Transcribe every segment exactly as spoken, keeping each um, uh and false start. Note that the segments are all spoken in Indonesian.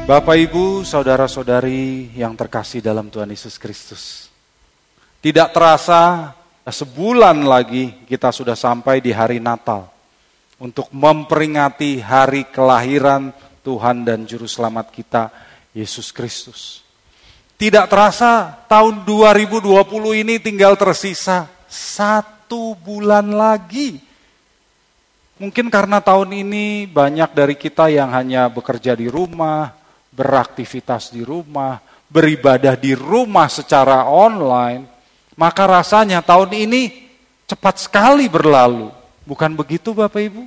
Bapak, Ibu, saudara-saudari yang terkasih dalam Tuhan Yesus Kristus. Tidak terasa sebulan lagi kita sudah sampai di hari Natal untuk memperingati hari kelahiran Tuhan dan Juru Selamat kita, Yesus Kristus. Tidak terasa tahun dua ribu dua puluh ini tinggal tersisa satu bulan lagi. Mungkin karena tahun ini banyak dari kita yang hanya bekerja di rumah, beraktivitas di rumah, beribadah di rumah secara online, maka rasanya tahun ini cepat sekali berlalu. Bukan begitu Bapak Ibu?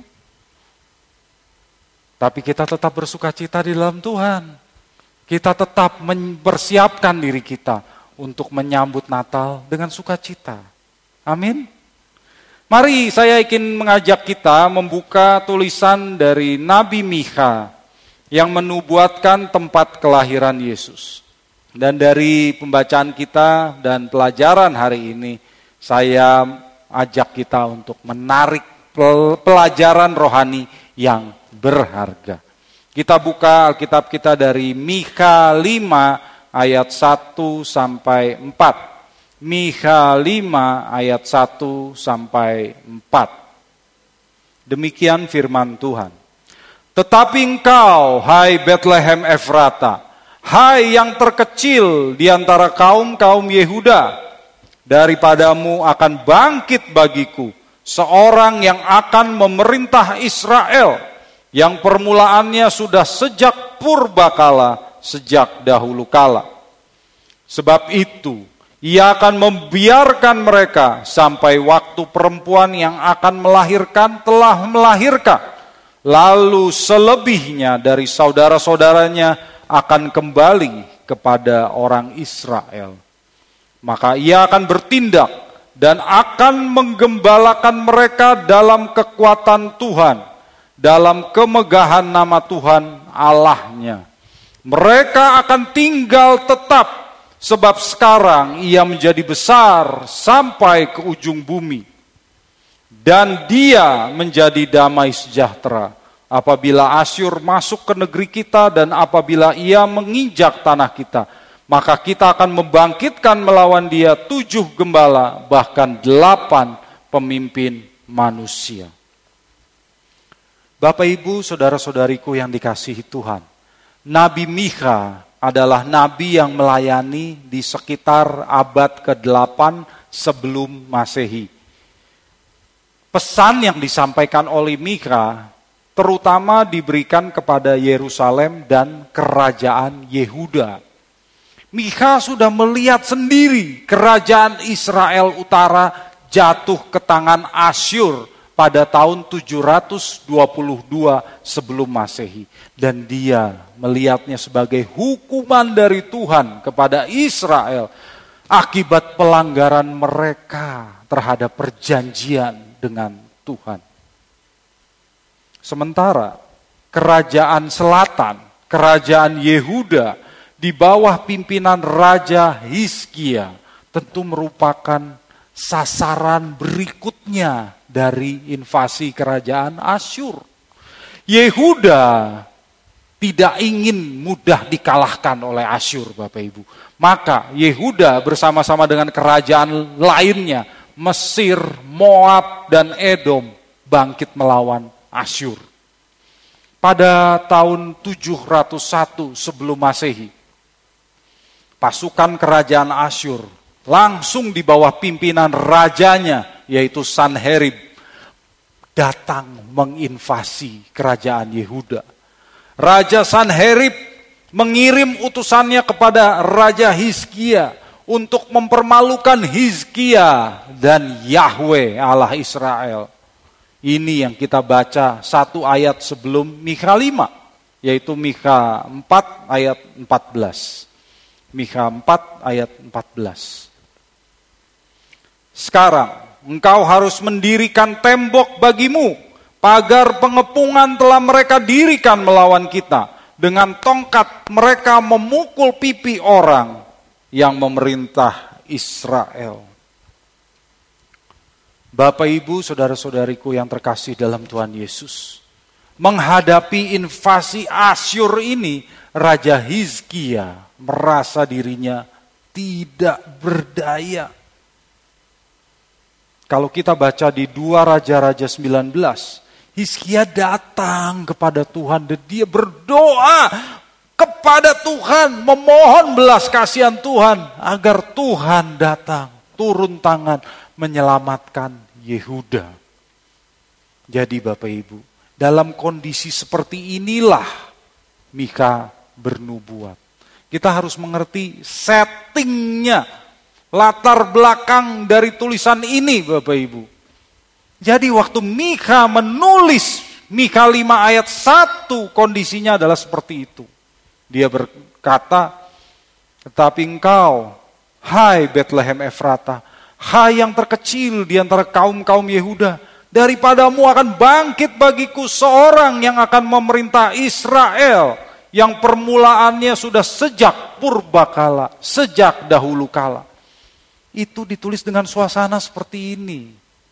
Tapi kita tetap bersukacita di dalam Tuhan. Kita tetap mempersiapkan diri kita untuk menyambut Natal dengan sukacita. Amin. Mari saya ingin mengajak kita membuka tulisan dari Nabi Mikha yang menubuatkan tempat kelahiran Yesus. Dan dari pembacaan kita dan pelajaran hari ini, saya ajak kita untuk menarik pelajaran rohani yang berharga. Kita buka Alkitab kita dari Mikha lima ayat satu sampai empat. Mikha lima ayat satu sampai empat. Demikian firman Tuhan. Tetapi engkau, hai Betlehem Efrata, hai yang terkecil di antara kaum-kaum Yehuda, daripadamu akan bangkit bagiku seorang yang akan memerintah Israel, yang permulaannya sudah sejak purbakala, sejak dahulu kala. Sebab itu, ia akan membiarkan mereka sampai waktu perempuan yang akan melahirkan telah melahirkan. Lalu selebihnya dari saudara-saudaranya akan kembali kepada orang Israel. Maka ia akan bertindak dan akan menggembalakan mereka dalam kekuatan Tuhan, dalam kemegahan nama Tuhan Allahnya. Mereka akan tinggal tetap, sebab sekarang ia menjadi besar sampai ke ujung bumi. Dan dia menjadi damai sejahtera apabila Asyur masuk ke negeri kita dan apabila ia menginjak tanah kita. Maka kita akan membangkitkan melawan dia tujuh gembala, bahkan delapan pemimpin manusia. Bapak, Ibu, saudara-saudariku yang dikasihi Tuhan, Nabi Mikha adalah nabi yang melayani di sekitar abad kedelapan sebelum Masehi. Pesan yang disampaikan oleh Mikha terutama diberikan kepada Yerusalem dan kerajaan Yehuda. Mikha sudah melihat sendiri kerajaan Israel Utara jatuh ke tangan Asyur pada tahun tujuh ratus dua puluh dua sebelum Masehi. Dan dia melihatnya sebagai hukuman dari Tuhan kepada Israel akibat pelanggaran mereka terhadap perjanjian dengan Tuhan. Sementara kerajaan selatan, kerajaan Yehuda di bawah pimpinan Raja Hizkia tentu merupakan sasaran berikutnya dari invasi kerajaan Asyur. Yehuda tidak ingin mudah dikalahkan oleh Asyur, Bapak Ibu. Maka Yehuda bersama-sama dengan kerajaan lainnya, Mesir, Moab, dan Edom bangkit melawan Asyur. Pada tahun tujuh ratus satu sebelum Masehi, pasukan kerajaan Asyur langsung di bawah pimpinan rajanya, yaitu Sanherib, datang menginvasi kerajaan Yehuda. Raja Sanherib mengirim utusannya kepada Raja Hizkia untuk mempermalukan Hizkia dan Yahweh Allah Israel. Ini yang kita baca satu ayat sebelum Mikha lima, yaitu Mikha empat ayat empat belas. Mikha empat ayat empat belas. Sekarang engkau harus mendirikan tembok bagimu, pagar pengepungan telah mereka dirikan melawan kita. Dengan tongkat mereka memukul pipi orang yang memerintah Israel. Bapak, Ibu, saudara-saudariku yang terkasih dalam Tuhan Yesus, menghadapi invasi Asyur ini, Raja Hizkia merasa dirinya tidak berdaya. Kalau kita baca di dua Raja-Raja sembilan belas, Hizkia datang kepada Tuhan dan dia berdoa kepada Tuhan, memohon belas kasihan Tuhan agar Tuhan datang, turun tangan menyelamatkan Yehuda. Jadi Bapak Ibu, dalam kondisi seperti inilah Mika bernubuat. Kita harus mengerti settingnya, latar belakang dari tulisan ini Bapak Ibu. Jadi waktu Mika menulis Mika lima ayat satu, kondisinya adalah seperti itu. Dia berkata, tetapi engkau, hai Betlehem Efrata, hai yang terkecil di antara kaum-kaum Yehuda, daripadamu akan bangkit bagiku seorang yang akan memerintah Israel, yang permulaannya sudah sejak purbakala, sejak dahulu kala. Itu ditulis dengan suasana seperti ini.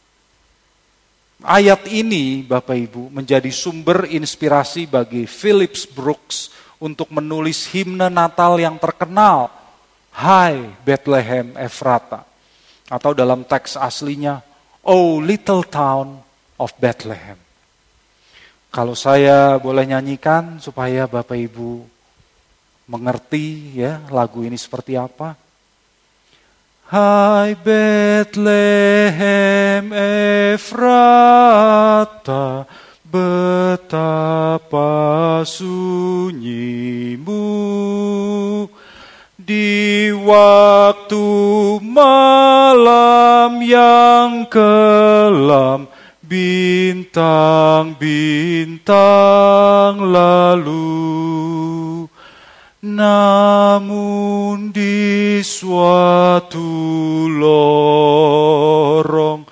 Ayat ini Bapak Ibu menjadi sumber inspirasi bagi Phillips Brooks untuk menulis himne Natal yang terkenal, Hai Bethlehem Efrata. Atau dalam teks aslinya, Oh little town of Bethlehem. Kalau saya boleh nyanyikan supaya Bapak Ibu mengerti ya lagu ini seperti apa. Hai Bethlehem Efrata, betapa sunyimu di waktu malam yang kelam, bintang-bintang lalu. Namun di suatu lorong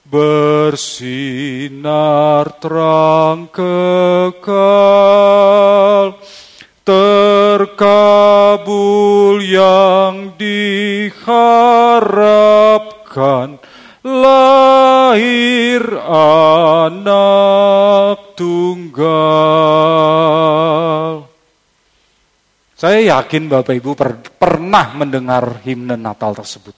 bersinar terang kekal, terkabul yang diharapkan, lahir anak tunggal. Saya yakin Bapak Ibu per, pernah mendengar himne Natal tersebut.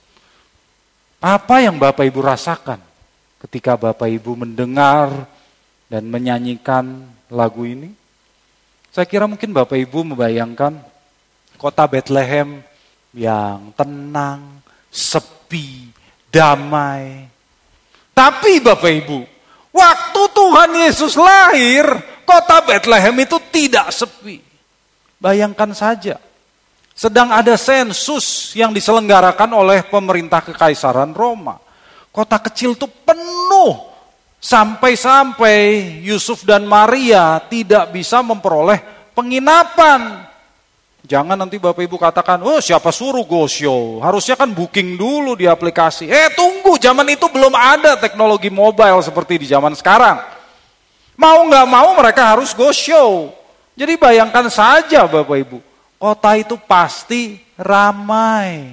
Apa yang Bapak Ibu rasakan ketika Bapak Ibu mendengar dan menyanyikan lagu ini? Saya kira mungkin Bapak Ibu membayangkan kota Bethlehem yang tenang, sepi, damai. Tapi Bapak Ibu, waktu Tuhan Yesus lahir, kota Bethlehem itu tidak sepi. Bayangkan saja, sedang ada sensus yang diselenggarakan oleh pemerintah Kekaisaran Roma. Kota kecil itu penuh, sampai-sampai Yusuf dan Maria tidak bisa memperoleh penginapan. Jangan nanti Bapak Ibu katakan, oh siapa suruh go show, harusnya kan booking dulu di aplikasi. Eh tunggu, zaman itu belum ada teknologi mobile seperti di zaman sekarang. Mau gak mau mereka harus go show. Jadi bayangkan saja Bapak Ibu, kota itu pasti ramai.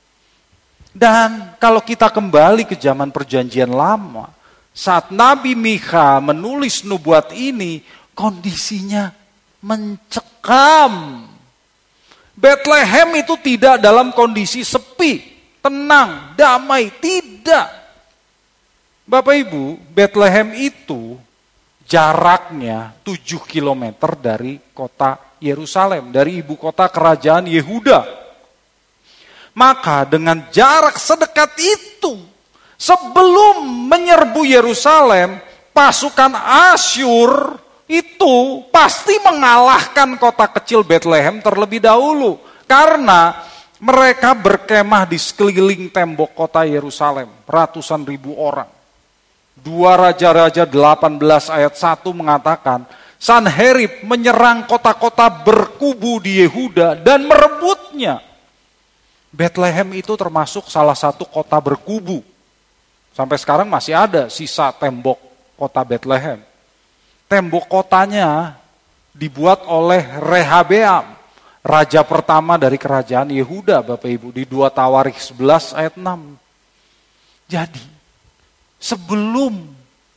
Dan kalau kita kembali ke zaman perjanjian lama, saat Nabi Mika menulis nubuat ini, kondisinya mencekam. Bethlehem itu tidak dalam kondisi sepi, tenang, damai, tidak. Bapak Ibu, Bethlehem itu jaraknya tujuh kilometer dari kota Yerusalem, dari ibu kota kerajaan Yehuda. Maka dengan jarak sedekat itu, sebelum menyerbu Yerusalem, pasukan Asyur itu pasti mengalahkan kota kecil Bethlehem terlebih dahulu. Karena mereka berkemah di sekeliling tembok kota Yerusalem, ratusan ribu orang. Dua Raja-Raja delapan belas ayat satu mengatakan, Sanherib menyerang kota-kota berkubu di Yehuda dan merebutnya. Bethlehem itu termasuk salah satu kota berkubu. Sampai sekarang masih ada sisa tembok kota Bethlehem. Tembok kotanya dibuat oleh Rehabeam, raja pertama dari kerajaan Yehuda, Bapak Ibu, di dua Tawarikh sebelas ayat enam. Jadi, sebelum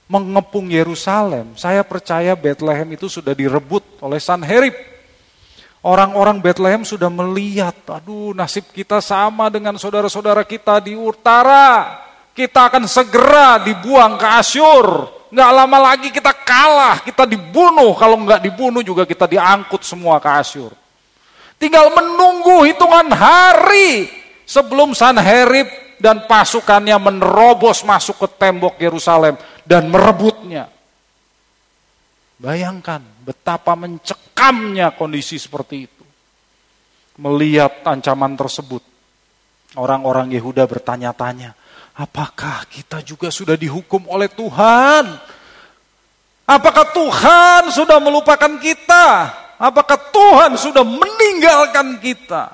mengepung Yerusalem, saya percaya Bethlehem itu sudah direbut oleh Sanherib. Orang-orang Bethlehem sudah melihat, aduh nasib kita sama dengan saudara-saudara kita di utara. Kita akan segera dibuang ke Asyur. Nggak lama lagi kita kalah, kita dibunuh. Kalau nggak dibunuh juga kita diangkut semua ke Asyur. Tinggal menunggu hitungan hari sebelum Sanherib dan pasukannya menerobos masuk ke tembok Yerusalem dan merebutnya. Bayangkan betapa mencekamnya kondisi seperti itu. Melihat ancaman tersebut, orang-orang Yehuda bertanya-tanya, apakah kita juga sudah dihukum oleh Tuhan? Apakah Tuhan sudah melupakan kita? Apakah Tuhan sudah meninggalkan kita?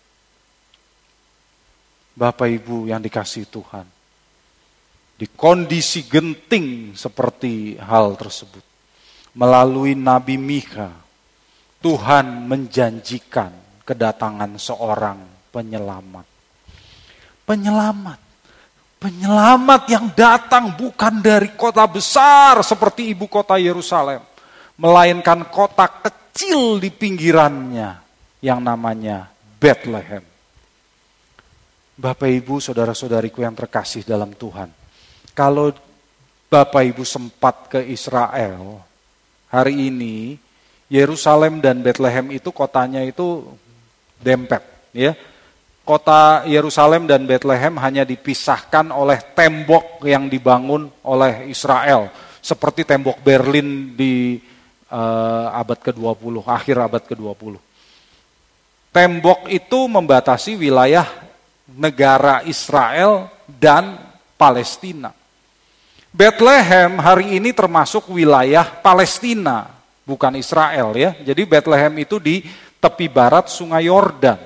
Bapak Ibu yang dikasihi Tuhan, di kondisi genting seperti hal tersebut, melalui Nabi Mika, Tuhan menjanjikan kedatangan seorang penyelamat. Penyelamat. Penyelamat yang datang bukan dari kota besar seperti ibu kota Yerusalem, melainkan kota kecil di pinggirannya yang namanya Bethlehem. Bapak Ibu, saudara-saudariku yang terkasih dalam Tuhan, kalau Bapak Ibu sempat ke Israel, hari ini Yerusalem dan Bethlehem itu kotanya itu dempet, ya. Kota Yerusalem dan Bethlehem hanya dipisahkan oleh tembok yang dibangun oleh Israel, seperti tembok Berlin di uh, abad kedua puluh, akhir abad kedua puluh. Tembok itu membatasi wilayah negara Israel dan Palestina. Bethlehem hari ini termasuk wilayah Palestina, bukan Israel ya. Jadi Bethlehem itu di tepi barat Sungai Yordan.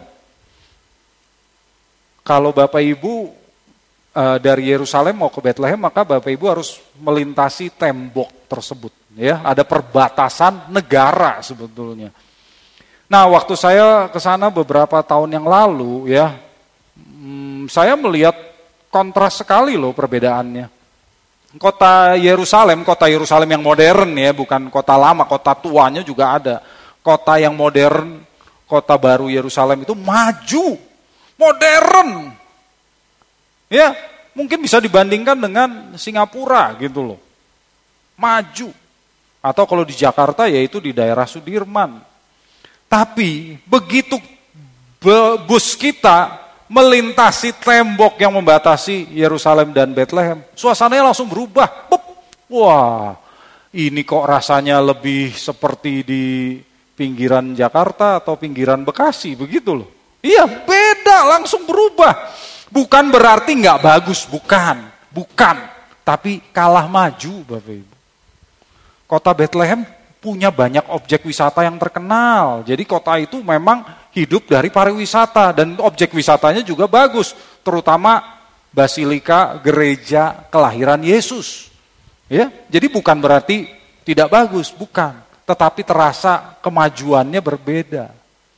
Kalau Bapak Ibu e, dari Yerusalem mau ke Bethlehem, maka Bapak Ibu harus melintasi tembok tersebut. Ya, ada perbatasan negara sebetulnya. Nah, waktu saya ke sana beberapa tahun yang lalu, ya, hmm, saya melihat kontras sekali loh perbedaannya. Kota Yerusalem, kota Yerusalem yang modern ya, bukan kota lama, kota tuanya juga ada. Kota yang modern, kota baru Yerusalem itu maju, modern. Ya, mungkin bisa dibandingkan dengan Singapura gitu loh. Maju. Atau kalau di Jakarta yaitu di daerah Sudirman. Tapi begitu bus kita melintasi tembok yang membatasi Yerusalem dan Bethlehem, suasananya langsung berubah. Bup. Wah, ini kok rasanya lebih seperti di pinggiran Jakarta atau pinggiran Bekasi, begitu loh. Iya, beda, langsung berubah. Bukan berarti nggak bagus, bukan, bukan. Tapi kalah maju, Bapak Ibu. Kota Bethlehem punya banyak objek wisata yang terkenal. Jadi kota itu memang hidup dari pariwisata dan objek wisatanya juga bagus, terutama basilika gereja kelahiran Yesus. Ya, jadi bukan berarti tidak bagus, bukan, tetapi terasa kemajuannya berbeda.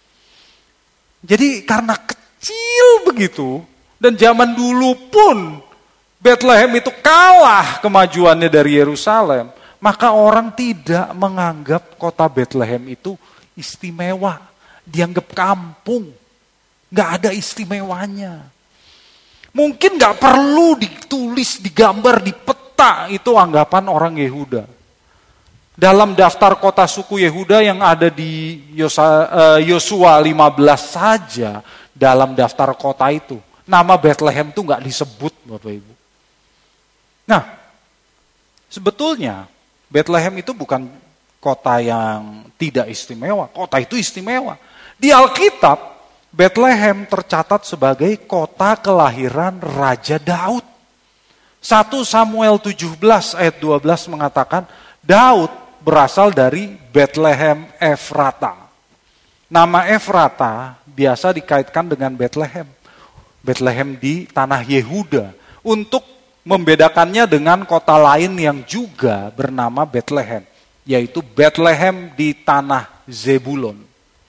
Jadi karena kecil begitu dan zaman dulu pun Bethlehem itu kalah kemajuannya dari Yerusalem, maka orang tidak menganggap kota Bethlehem itu istimewa. Dianggap kampung, gak ada istimewanya. Mungkin gak perlu ditulis, digambar, di peta, itu anggapan orang Yehuda. Dalam daftar kota suku Yehuda yang ada di Yosua lima belas saja, dalam daftar kota itu, nama Bethlehem itu gak disebut Bapak Ibu. Nah, sebetulnya Bethlehem itu bukan kota yang tidak istimewa, kota itu istimewa. Di Alkitab, Bethlehem tercatat sebagai kota kelahiran Raja Daud. satu Samuel tujuh belas ayat dua belas mengatakan, Daud berasal dari Bethlehem Efrata. Nama Efrata biasa dikaitkan dengan Bethlehem. Bethlehem di tanah Yehuda. Untuk membedakannya dengan kota lain yang juga bernama Bethlehem, yaitu Bethlehem di tanah Zebulon.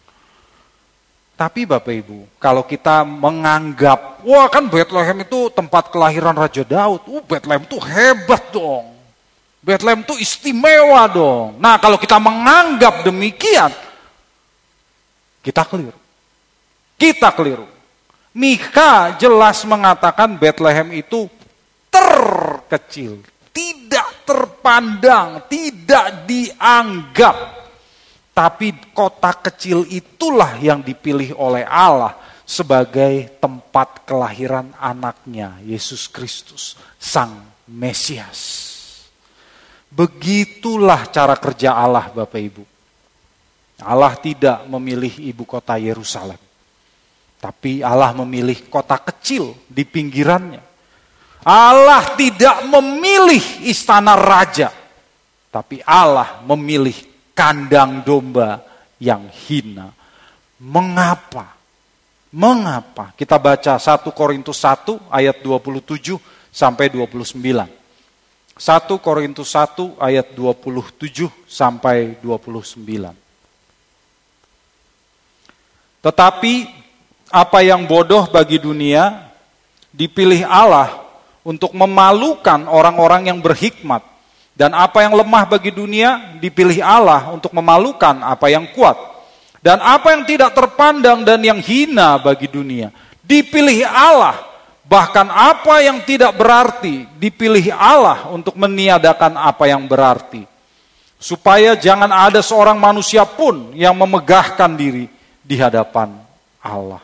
Tapi Bapak Ibu, kalau kita menganggap, wah kan Bethlehem itu tempat kelahiran Raja Daud, uh, Bethlehem itu hebat dong, Bethlehem itu istimewa dong. Nah kalau kita menganggap demikian, Kita keliru. Kita keliru. Mikha jelas mengatakan Bethlehem itu terkecil, tidak terpandang, tidak dianggap. Tapi kota kecil itulah yang dipilih oleh Allah sebagai tempat kelahiran anaknya, Yesus Kristus, Sang Mesias. Begitulah cara kerja Allah, Bapak Ibu. Allah tidak memilih ibu kota Yerusalem. Tapi Allah memilih kota kecil di pinggirannya. Allah tidak memilih istana raja. Tapi Allah memilih kandang domba yang hina. Mengapa? Mengapa? Kita baca satu Korintus satu ayat dua puluh tujuh sampai dua puluh sembilan. satu Korintus satu ayat dua puluh tujuh sampai dua puluh sembilan. Tetapi apa yang bodoh bagi dunia dipilih Allah untuk memalukan orang-orang yang berhikmat. Dan apa yang lemah bagi dunia dipilih Allah untuk memalukan apa yang kuat. Dan apa yang tidak terpandang dan yang hina bagi dunia dipilih Allah. Bahkan apa yang tidak berarti dipilih Allah untuk meniadakan apa yang berarti. Supaya jangan ada seorang manusia pun yang memegahkan diri di hadapan Allah.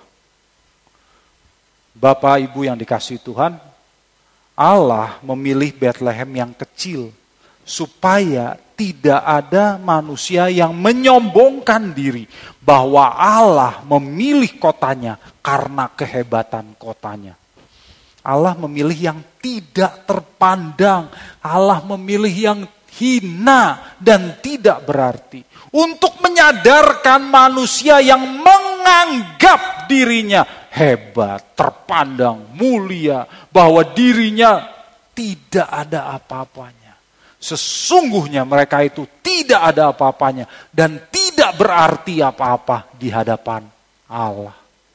Bapak Ibu yang dikasihi Tuhan, Allah memilih Bethlehem yang kecil supaya tidak ada manusia yang menyombongkan diri bahwa Allah memilih kotanya karena kehebatan kotanya. Allah memilih yang tidak terpandang, Allah memilih yang hina dan tidak berarti. Untuk menyadarkan manusia yang menganggap dirinya hebat, terpandang, mulia, bahwa dirinya tidak ada apa-apanya. Sesungguhnya mereka itu tidak ada apa-apanya dan tidak berarti apa-apa di hadapan Allah.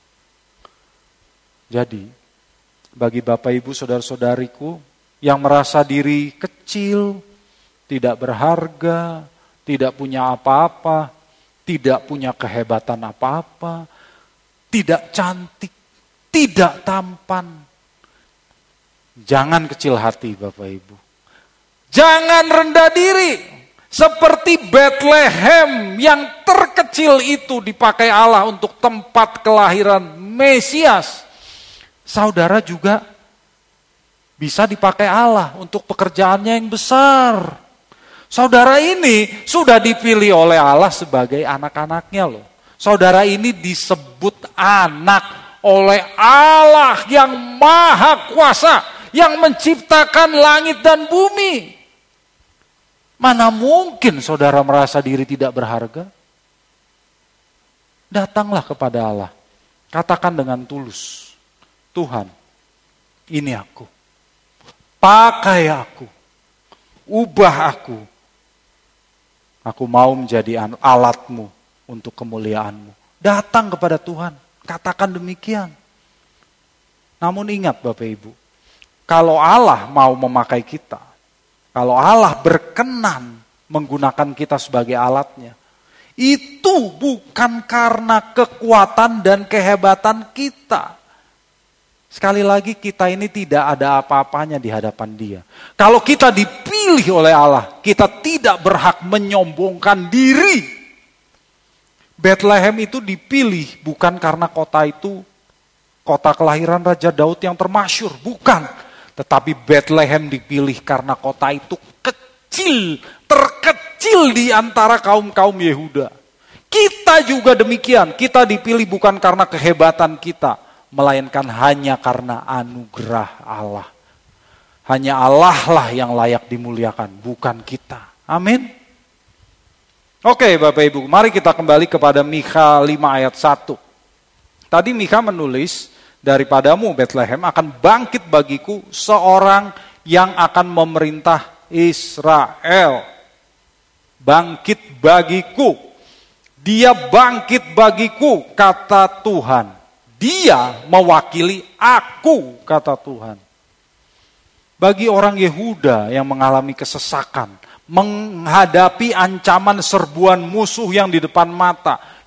Jadi, bagi Bapak Ibu saudara-saudariku yang merasa diri kecil, tidak berharga, tidak punya apa-apa, tidak punya kehebatan apa-apa, tidak cantik, tidak tampan. Jangan kecil hati Bapak Ibu. Jangan rendah diri. Seperti Bethlehem yang terkecil itu dipakai Allah untuk tempat kelahiran Mesias. Saudara juga bisa dipakai Allah untuk pekerjaannya yang besar. Saudara ini sudah dipilih oleh Allah sebagai anak-anaknya loh. Saudara ini disebut anak oleh Allah yang maha kuasa, yang menciptakan langit dan bumi. Mana mungkin saudara merasa diri tidak berharga? Datanglah kepada Allah. Katakan dengan tulus, Tuhan, ini aku. Pakai aku. Ubah aku. Aku mau menjadi alatmu untuk kemuliaanmu. Datang kepada Tuhan. Katakan demikian. Namun ingat Bapak Ibu. Kalau Allah mau memakai kita. Kalau Allah berkenan menggunakan kita sebagai alatnya. Itu bukan karena kekuatan dan kehebatan kita. Sekali lagi kita ini tidak ada apa-apanya di hadapan Dia. Kalau kita dipilih oleh Allah, kita tidak berhak menyombongkan diri. Bethlehem itu dipilih bukan karena kota itu kota kelahiran Raja Daud yang termasyhur, bukan. Tetapi Bethlehem dipilih karena kota itu kecil, terkecil di antara kaum-kaum Yehuda. Kita juga demikian, kita dipilih bukan karena kehebatan kita, melainkan hanya karena anugerah Allah. Hanya Allah lah yang layak dimuliakan, bukan kita. Amin. Oke Bapak Ibu, mari kita kembali kepada Mikha lima ayat satu. Tadi Mikha menulis, daripadamu Bethlehem akan bangkit bagiku seorang yang akan memerintah Israel. Bangkit bagiku. Dia bangkit bagiku, kata Tuhan. Dia mewakili aku, kata Tuhan. Bagi orang Yehuda yang mengalami kesesakan, menghadapi ancaman serbuan musuh yang di depan mata,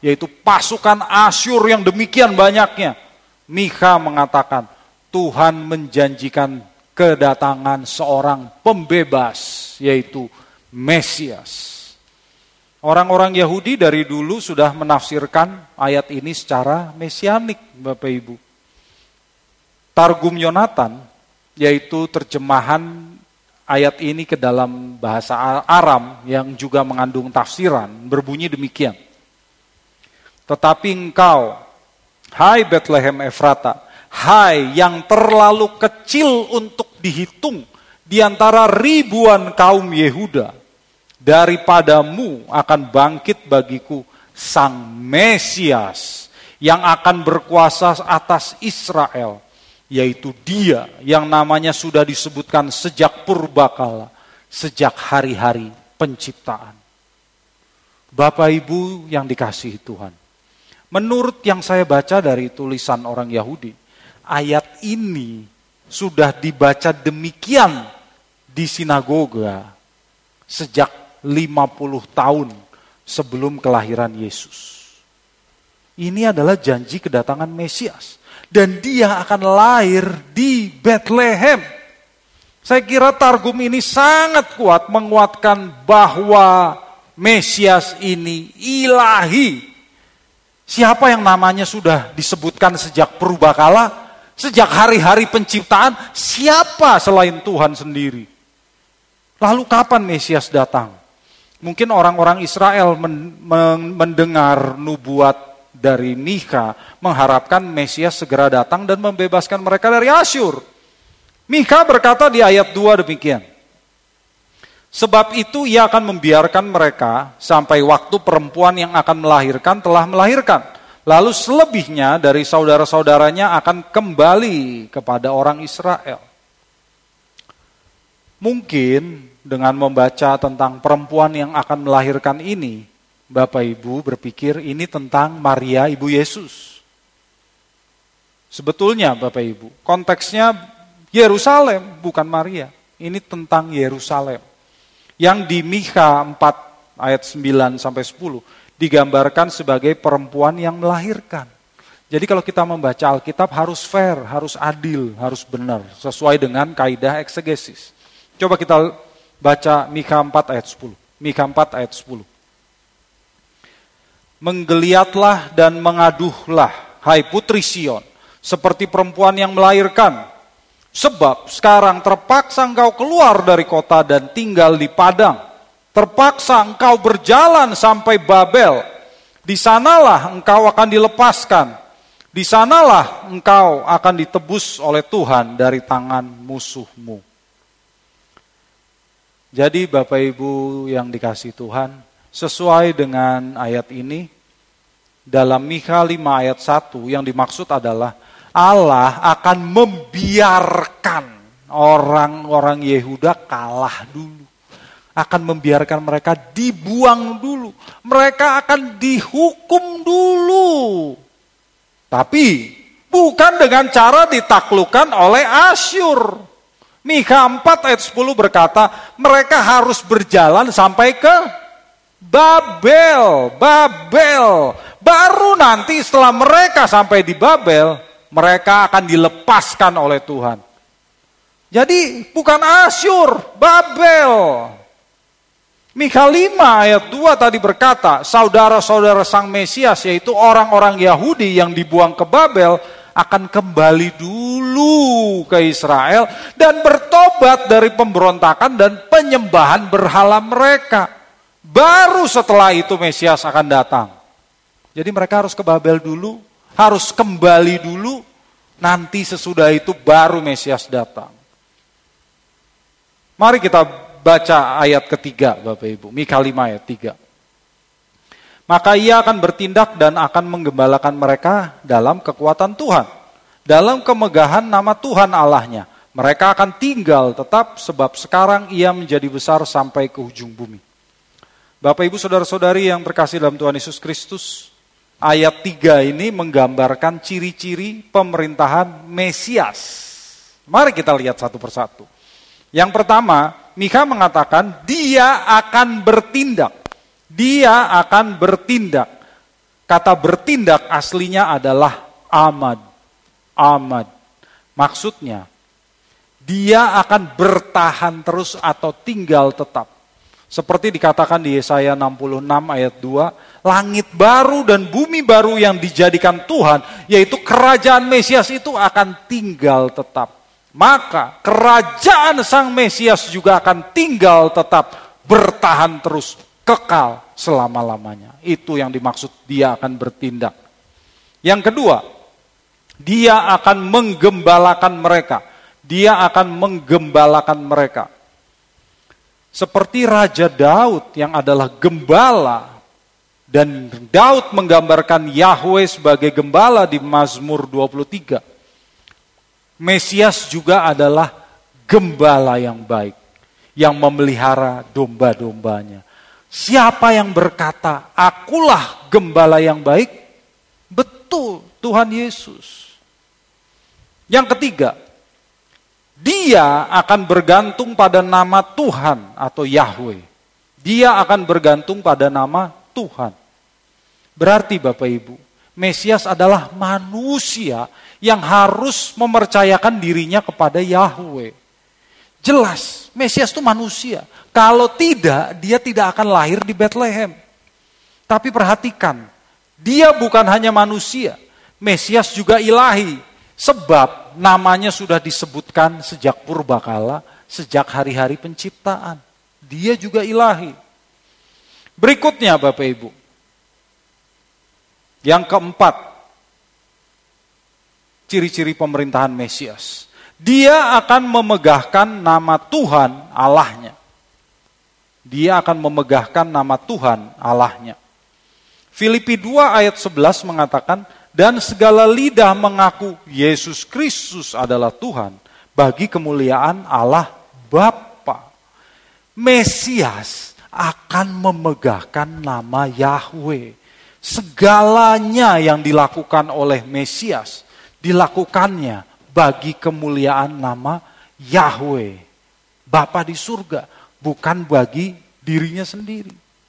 yaitu pasukan Asyur yang demikian banyaknya. Mikha mengatakan, Tuhan menjanjikan kedatangan seorang pembebas, yaitu Mesias. Orang-orang Yahudi dari dulu sudah menafsirkan ayat ini secara mesianik, Bapak Ibu. Targum Yonatan, yaitu terjemahan ayat ini ke dalam bahasa Aram yang juga mengandung tafsiran, berbunyi demikian. Tetapi engkau, hai Bethlehem Efrata, hai yang terlalu kecil untuk dihitung di antara ribuan kaum Yehuda, daripadamu akan bangkit bagiku Sang Mesias yang akan berkuasa atas Israel, yaitu Dia yang namanya sudah disebutkan sejak purbakala, sejak hari-hari penciptaan. Bapak Ibu yang dikasihi Tuhan, menurut yang saya baca dari tulisan orang Yahudi, ayat ini sudah dibaca demikian di sinagoga sejak lima puluh tahun sebelum kelahiran Yesus. Ini adalah janji kedatangan Mesias. Dan dia akan lahir di Bethlehem. Saya kira targum ini sangat kuat menguatkan bahwa Mesias ini ilahi. Siapa yang namanya sudah disebutkan sejak purbakala, sejak hari-hari penciptaan, siapa selain Tuhan sendiri? Lalu kapan Mesias datang? Mungkin orang-orang Israel mendengar nubuat dari Mikha, mengharapkan Mesias segera datang dan membebaskan mereka dari Asyur. Mikha berkata di ayat dua demikian. Sebab itu ia akan membiarkan mereka sampai waktu perempuan yang akan melahirkan telah melahirkan. Lalu selebihnya dari saudara-saudaranya akan kembali kepada orang Israel. Mungkin dengan membaca tentang perempuan yang akan melahirkan ini, Bapak Ibu berpikir ini tentang Maria Ibu Yesus. Sebetulnya Bapak Ibu, konteksnya Yerusalem bukan Maria. Ini tentang Yerusalem. Yang di Mikha empat ayat sembilan sampai sepuluh digambarkan sebagai perempuan yang melahirkan. Jadi kalau kita membaca Alkitab harus fair, harus adil, harus benar, sesuai dengan kaidah eksegesis. Coba kita baca Mikha empat ayat sepuluh. Mikha empat ayat sepuluh. Menggeliatlah dan mengaduhlah, hai putri Sion, seperti perempuan yang melahirkan. Sebab sekarang terpaksa engkau keluar dari kota dan tinggal di padang. Terpaksa engkau berjalan sampai Babel. Di sanalah engkau akan dilepaskan. Di sanalah engkau akan ditebus oleh Tuhan dari tangan musuhmu. Jadi Bapak Ibu yang dikasihi Tuhan, sesuai dengan ayat ini, dalam Mikha lima ayat satu yang dimaksud adalah Allah akan membiarkan orang-orang Yehuda kalah dulu. Akan membiarkan mereka dibuang dulu. Mereka akan dihukum dulu. Tapi bukan dengan cara ditaklukkan oleh Asyur. Mikha empat ayat sepuluh berkata, mereka harus berjalan sampai ke Babel. Babel. Baru nanti setelah mereka sampai di Babel, mereka akan dilepaskan oleh Tuhan. Jadi bukan Asyur, Babel. Mikha lima ayat dua tadi berkata, saudara-saudara Sang Mesias, yaitu orang-orang Yahudi yang dibuang ke Babel, akan kembali dulu ke Israel dan bertobat dari pemberontakan dan penyembahan berhala mereka. Baru setelah itu Mesias akan datang. Jadi mereka harus ke Babel dulu, harus kembali dulu, nanti sesudah itu baru Mesias datang. Mari kita baca ayat ketiga Bapak Ibu, Mikha lima ayat tiga. Maka ia akan bertindak dan akan menggembalakan mereka dalam kekuatan Tuhan, dalam kemegahan nama Tuhan Allahnya. Mereka akan tinggal tetap sebab sekarang ia menjadi besar sampai ke ujung bumi. Bapak Ibu saudara-saudari yang terkasih dalam Tuhan Yesus Kristus, ayat tiga ini menggambarkan ciri-ciri pemerintahan Mesias. Mari kita lihat satu persatu. Yang pertama, Mikha mengatakan dia akan bertindak. Dia akan bertindak. Kata bertindak aslinya adalah amad. Amad. Maksudnya, dia akan bertahan terus atau tinggal tetap. Seperti dikatakan di Yesaya enam puluh enam ayat dua, langit baru dan bumi baru yang dijadikan Tuhan, yaitu kerajaan Mesias itu akan tinggal tetap. Maka kerajaan Sang Mesias juga akan tinggal tetap, bertahan terus, kekal selama-lamanya. Itu yang dimaksud dia akan bertindak. Yang kedua, dia akan menggembalakan mereka. Dia akan menggembalakan mereka. Seperti Raja Daud yang adalah gembala. Dan Daud menggambarkan Yahweh sebagai gembala di Mazmur dua puluh tiga. Mesias juga adalah gembala yang baik. Yang memelihara domba-dombanya. Siapa yang berkata, akulah gembala yang baik? Betul, Tuhan Yesus. Yang ketiga, dia akan bergantung pada nama Tuhan atau Yahweh. Dia akan bergantung pada nama Tuhan. Berarti Bapak Ibu, Mesias adalah manusia yang harus mempercayakan dirinya kepada Yahweh. Jelas, Mesias itu manusia. Kalau tidak, dia tidak akan lahir di Bethlehem. Tapi perhatikan, dia bukan hanya manusia. Mesias juga ilahi. Sebab namanya sudah disebutkan sejak purbakala, sejak hari-hari penciptaan. Dia juga ilahi. Berikutnya Bapak Ibu. Yang keempat, ciri-ciri pemerintahan Mesias. Dia akan memegahkan nama Tuhan Allahnya. Dia akan memegahkan nama Tuhan Allahnya. Filipi dua ayat sebelas mengatakan, dan segala lidah mengaku Yesus Kristus adalah Tuhan bagi kemuliaan Allah Bapa. Mesias akan memegahkan nama Yahweh. Segalanya yang dilakukan oleh Mesias dilakukannya bagi kemuliaan nama Yahweh. Bapa di surga, bukan bagi dirinya sendiri.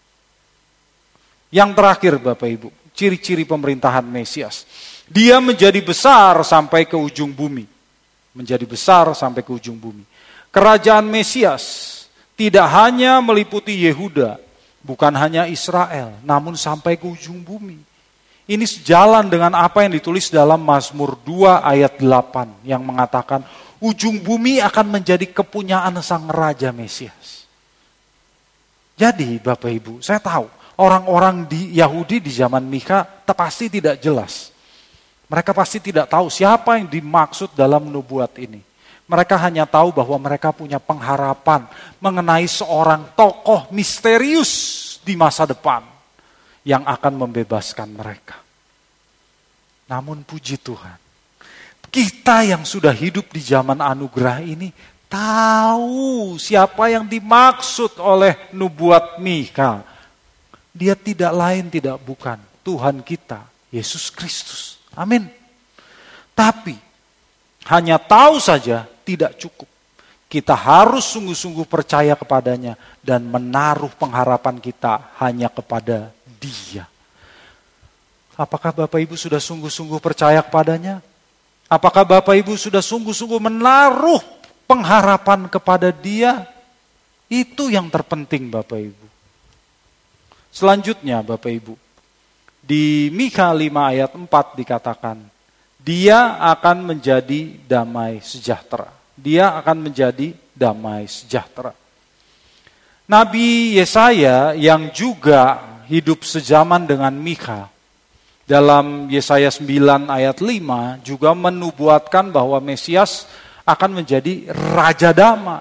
Yang terakhir Bapak Ibu, ciri-ciri pemerintahan Mesias. Dia menjadi besar sampai ke ujung bumi. Menjadi besar sampai ke ujung bumi. Kerajaan Mesias tidak hanya meliputi Yehuda, bukan hanya Israel, namun sampai ke ujung bumi. Ini sejalan dengan apa yang ditulis dalam Mazmur dua ayat delapan yang mengatakan ujung bumi akan menjadi kepunyaan sang Raja Mesias. Jadi Bapak Ibu, saya tahu orang-orang di Yahudi di zaman Mikha pasti tidak jelas. Mereka pasti tidak tahu siapa yang dimaksud dalam nubuat ini. Mereka hanya tahu bahwa mereka punya pengharapan mengenai seorang tokoh misterius di masa depan yang akan membebaskan mereka. Namun puji Tuhan, kita yang sudah hidup di zaman anugerah ini tahu siapa yang dimaksud oleh nubuat Mikha. Dia tidak lain tidak bukan Tuhan kita, Yesus Kristus. Amin. Tapi hanya tahu saja tidak cukup. Kita harus sungguh-sungguh percaya kepadanya dan menaruh pengharapan kita hanya kepada Dia. Apakah Bapak Ibu sudah sungguh-sungguh percaya kepadanya? Apakah Bapak Ibu sudah sungguh-sungguh menaruh pengharapan kepada Dia? Itu yang terpenting Bapak Ibu. Selanjutnya Bapak Ibu, di Mikha lima ayat empat dikatakan, Dia akan menjadi damai sejahtera. Dia akan menjadi damai sejahtera. Nabi Yesaya yang juga hidup sejaman dengan Mikha, dalam Yesaya sembilan ayat lima juga menubuatkan bahwa Mesias akan menjadi Raja Damai.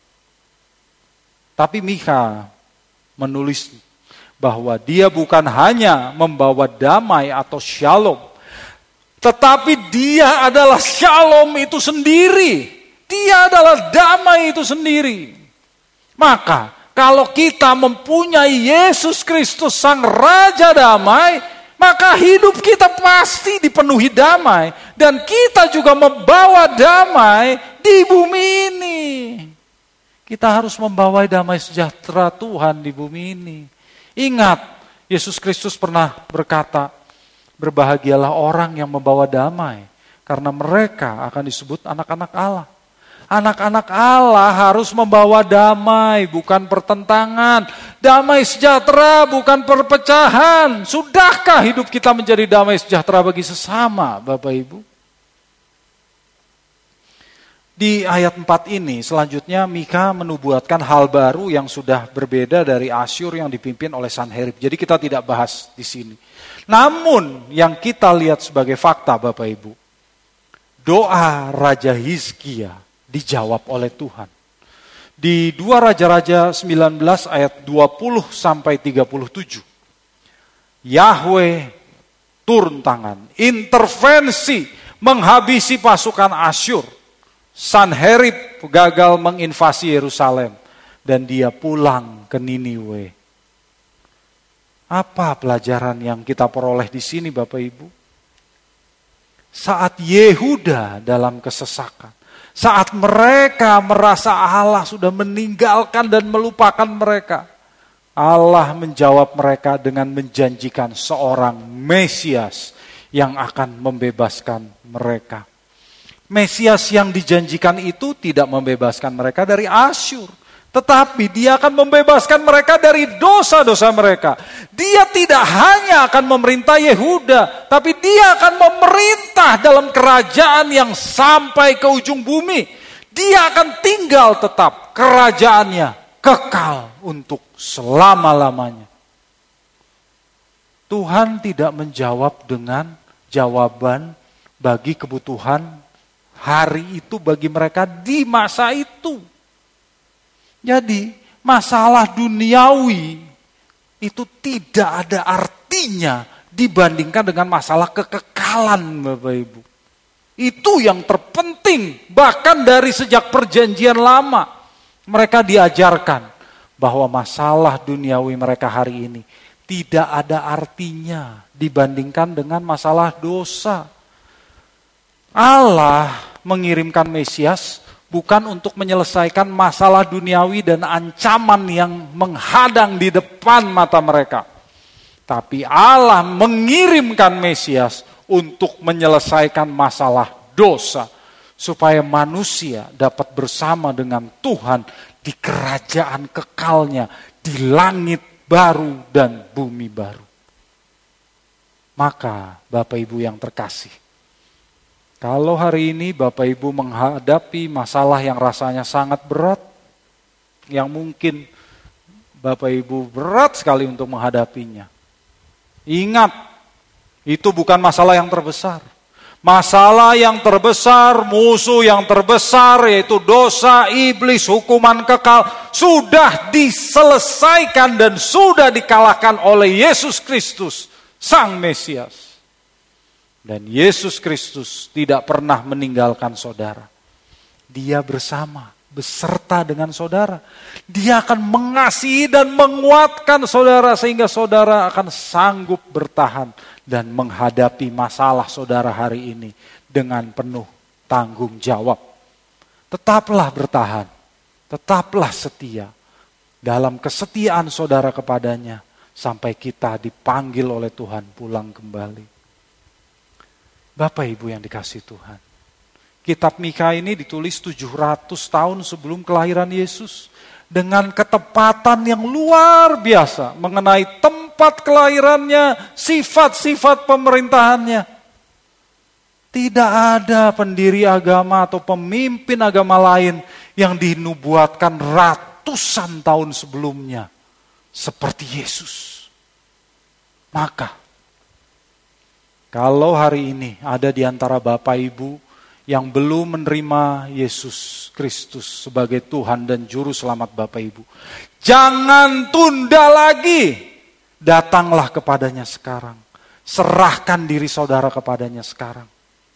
Tapi Mikha menulis bahwa dia bukan hanya membawa damai atau shalom, tetapi dia adalah shalom itu sendiri. Dia adalah damai itu sendiri. Maka kalau kita mempunyai Yesus Kristus Sang Raja Damai, maka hidup kita pasti dipenuhi damai. Dan kita juga membawa damai di bumi ini. Kita harus membawa damai sejahtera Tuhan di bumi ini. Ingat, Yesus Kristus pernah berkata, Berbahagialah orang yang membawa damai, karena mereka akan disebut anak-anak Allah. Anak-anak Allah harus membawa damai, bukan pertentangan. Damai sejahtera, bukan perpecahan. Sudahkah hidup kita menjadi damai sejahtera bagi sesama, Bapak Ibu? Di ayat empat ini, selanjutnya Mika menubuatkan hal baru yang sudah berbeda dari Asyur yang dipimpin oleh Sanherib. Jadi kita tidak bahas di sini. Namun yang kita lihat sebagai fakta, Bapak Ibu, doa Raja Hizkia dijawab oleh Tuhan. Di dua Raja-Raja sembilan belas ayat dua puluh sampai tiga puluh tujuh. Yahweh turun tangan, intervensi, menghabisi pasukan Asyur. Sanherib gagal menginvasi Yerusalem dan dia pulang ke Niniwe. Apa pelajaran yang kita peroleh di sini, Bapak Ibu? Saat Yehuda dalam kesesakan, saat mereka merasa Allah sudah meninggalkan dan melupakan mereka, Allah menjawab mereka dengan menjanjikan seorang Mesias yang akan membebaskan mereka. Mesias yang dijanjikan itu tidak membebaskan mereka dari Asyur, tetapi dia akan membebaskan mereka dari dosa-dosa mereka. Dia tidak hanya akan memerintah Yehuda, tapi dia akan memerintah dalam kerajaan yang sampai ke ujung bumi. Dia akan tinggal tetap, kerajaannya kekal untuk selama-lamanya. Tuhan tidak menjawab dengan jawaban bagi kebutuhan hari itu bagi mereka di masa itu. Jadi masalah duniawi itu tidak ada artinya dibandingkan dengan masalah kekekalan, Bapak Ibu. Itu yang terpenting, bahkan dari sejak perjanjian lama mereka diajarkan bahwa masalah duniawi mereka hari ini tidak ada artinya dibandingkan dengan masalah dosa. Allah mengirimkan Mesias bukan untuk menyelesaikan masalah duniawi dan ancaman yang menghadang di depan mata mereka. Tapi Allah mengirimkan Mesias untuk menyelesaikan masalah dosa. Supaya manusia dapat bersama dengan Tuhan di kerajaan kekalnya, di langit baru dan bumi baru. Maka Bapak Ibu yang terkasih, kalau hari ini Bapak Ibu menghadapi masalah yang rasanya sangat berat, yang mungkin Bapak Ibu berat sekali untuk menghadapinya. Ingat, itu bukan masalah yang terbesar. Masalah yang terbesar, musuh yang terbesar, yaitu dosa, iblis, hukuman kekal, sudah diselesaikan dan sudah dikalahkan oleh Yesus Kristus, Sang Mesias. Dan Yesus Kristus tidak pernah meninggalkan saudara. Dia bersama, beserta dengan saudara. Dia akan mengasihi dan menguatkan saudara sehingga saudara akan sanggup bertahan dan menghadapi masalah saudara hari ini dengan penuh tanggung jawab. Tetaplah bertahan, tetaplah setia dalam kesetiaan saudara kepadanya sampai kita dipanggil oleh Tuhan pulang kembali. Bapak Ibu yang dikasihi Tuhan, kitab Mika ini ditulis tujuh ratus tahun sebelum kelahiran Yesus dengan ketepatan yang luar biasa mengenai tempat kelahirannya, sifat-sifat pemerintahannya. Tidak ada pendiri agama atau pemimpin agama lain yang dinubuatkan ratusan tahun sebelumnya seperti Yesus. Maka kalau hari ini ada di antara Bapak Ibu yang belum menerima Yesus Kristus sebagai Tuhan dan Juru Selamat Bapak Ibu, jangan tunda lagi. Datanglah kepadanya sekarang. Serahkan diri saudara kepadanya sekarang.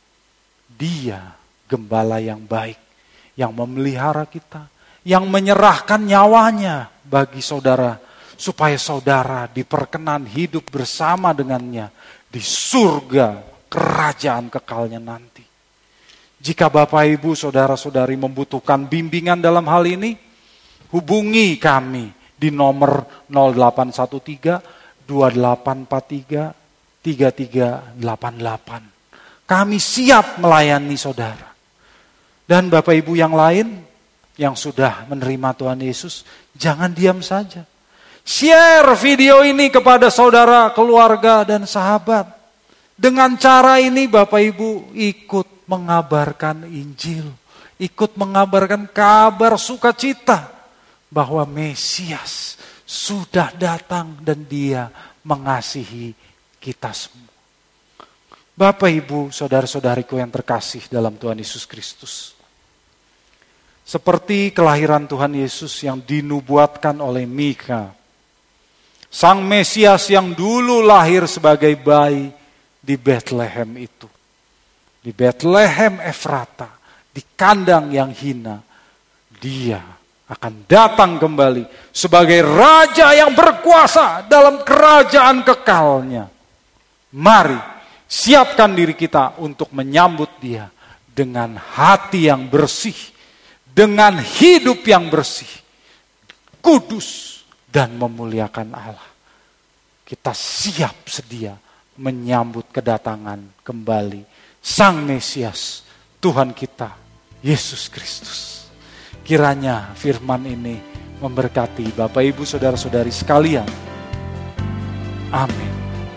Dia gembala yang baik, yang memelihara kita, yang menyerahkan nyawanya bagi saudara, supaya saudara diperkenan hidup bersama dengannya di surga kerajaan kekalnya nanti. Jika Bapak Ibu saudara-saudari membutuhkan bimbingan dalam hal ini, hubungi kami di nomor nol delapan satu tiga dua delapan empat tiga tiga tiga delapan delapan. Kami siap melayani saudara. Dan Bapak Ibu yang lain yang sudah menerima Tuhan Yesus, jangan diam saja. Share video ini kepada saudara, keluarga, dan sahabat. Dengan cara ini Bapak Ibu ikut mengabarkan Injil. Ikut mengabarkan kabar sukacita bahwa Mesias sudah datang dan Dia mengasihi kita semua. Bapak, Ibu, saudara-saudariku yang terkasih dalam Tuhan Yesus Kristus. Seperti kelahiran Tuhan Yesus yang dinubuatkan oleh Mika. Sang Mesias yang dulu lahir sebagai bayi di Bethlehem itu. Di Bethlehem Efrata, di kandang yang hina. Dia akan datang kembali sebagai raja yang berkuasa dalam kerajaan kekalnya. Mari siapkan diri kita untuk menyambut Dia dengan hati yang bersih, dengan hidup yang bersih, kudus dan memuliakan Allah. Kita siap sedia menyambut kedatangan kembali Sang Mesias, Tuhan kita, Yesus Kristus. Kiranya firman ini memberkati Bapak Ibu saudara-saudari sekalian. Amin.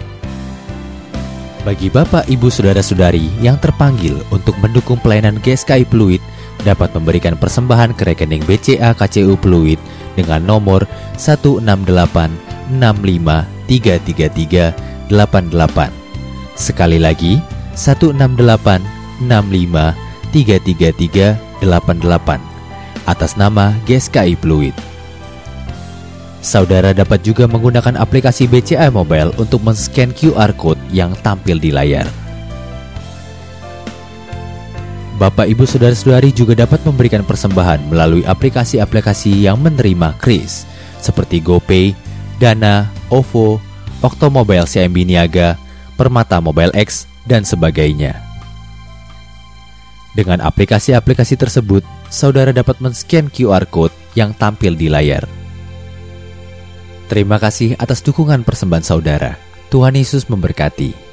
Bagi Bapak, Ibu, Saudara-saudari yang terpanggil untuk mendukung pelayanan G S K I Pluit dapat memberikan persembahan ke rekening B C A K C U Pluit dengan nomor satu enam delapan enam lima tiga tiga tiga delapan delapan. Sekali lagi, satu enam delapan enam lima tiga tiga tiga delapan delapan atas nama G S K I Pluit. Saudara dapat juga menggunakan aplikasi B C A Mobile untuk men-scan Q R Code yang tampil di layar. Bapak, Ibu, Saudara-saudari juga dapat memberikan persembahan melalui aplikasi-aplikasi yang menerima kris, seperti GoPay, Dana, O V O, Oktomobile C M B Niaga, Permata Mobile X, dan sebagainya. Dengan aplikasi-aplikasi tersebut, saudara dapat men-scan Q R Code yang tampil di layar. Terima kasih atas dukungan persembahan saudara. Tuhan Yesus memberkati.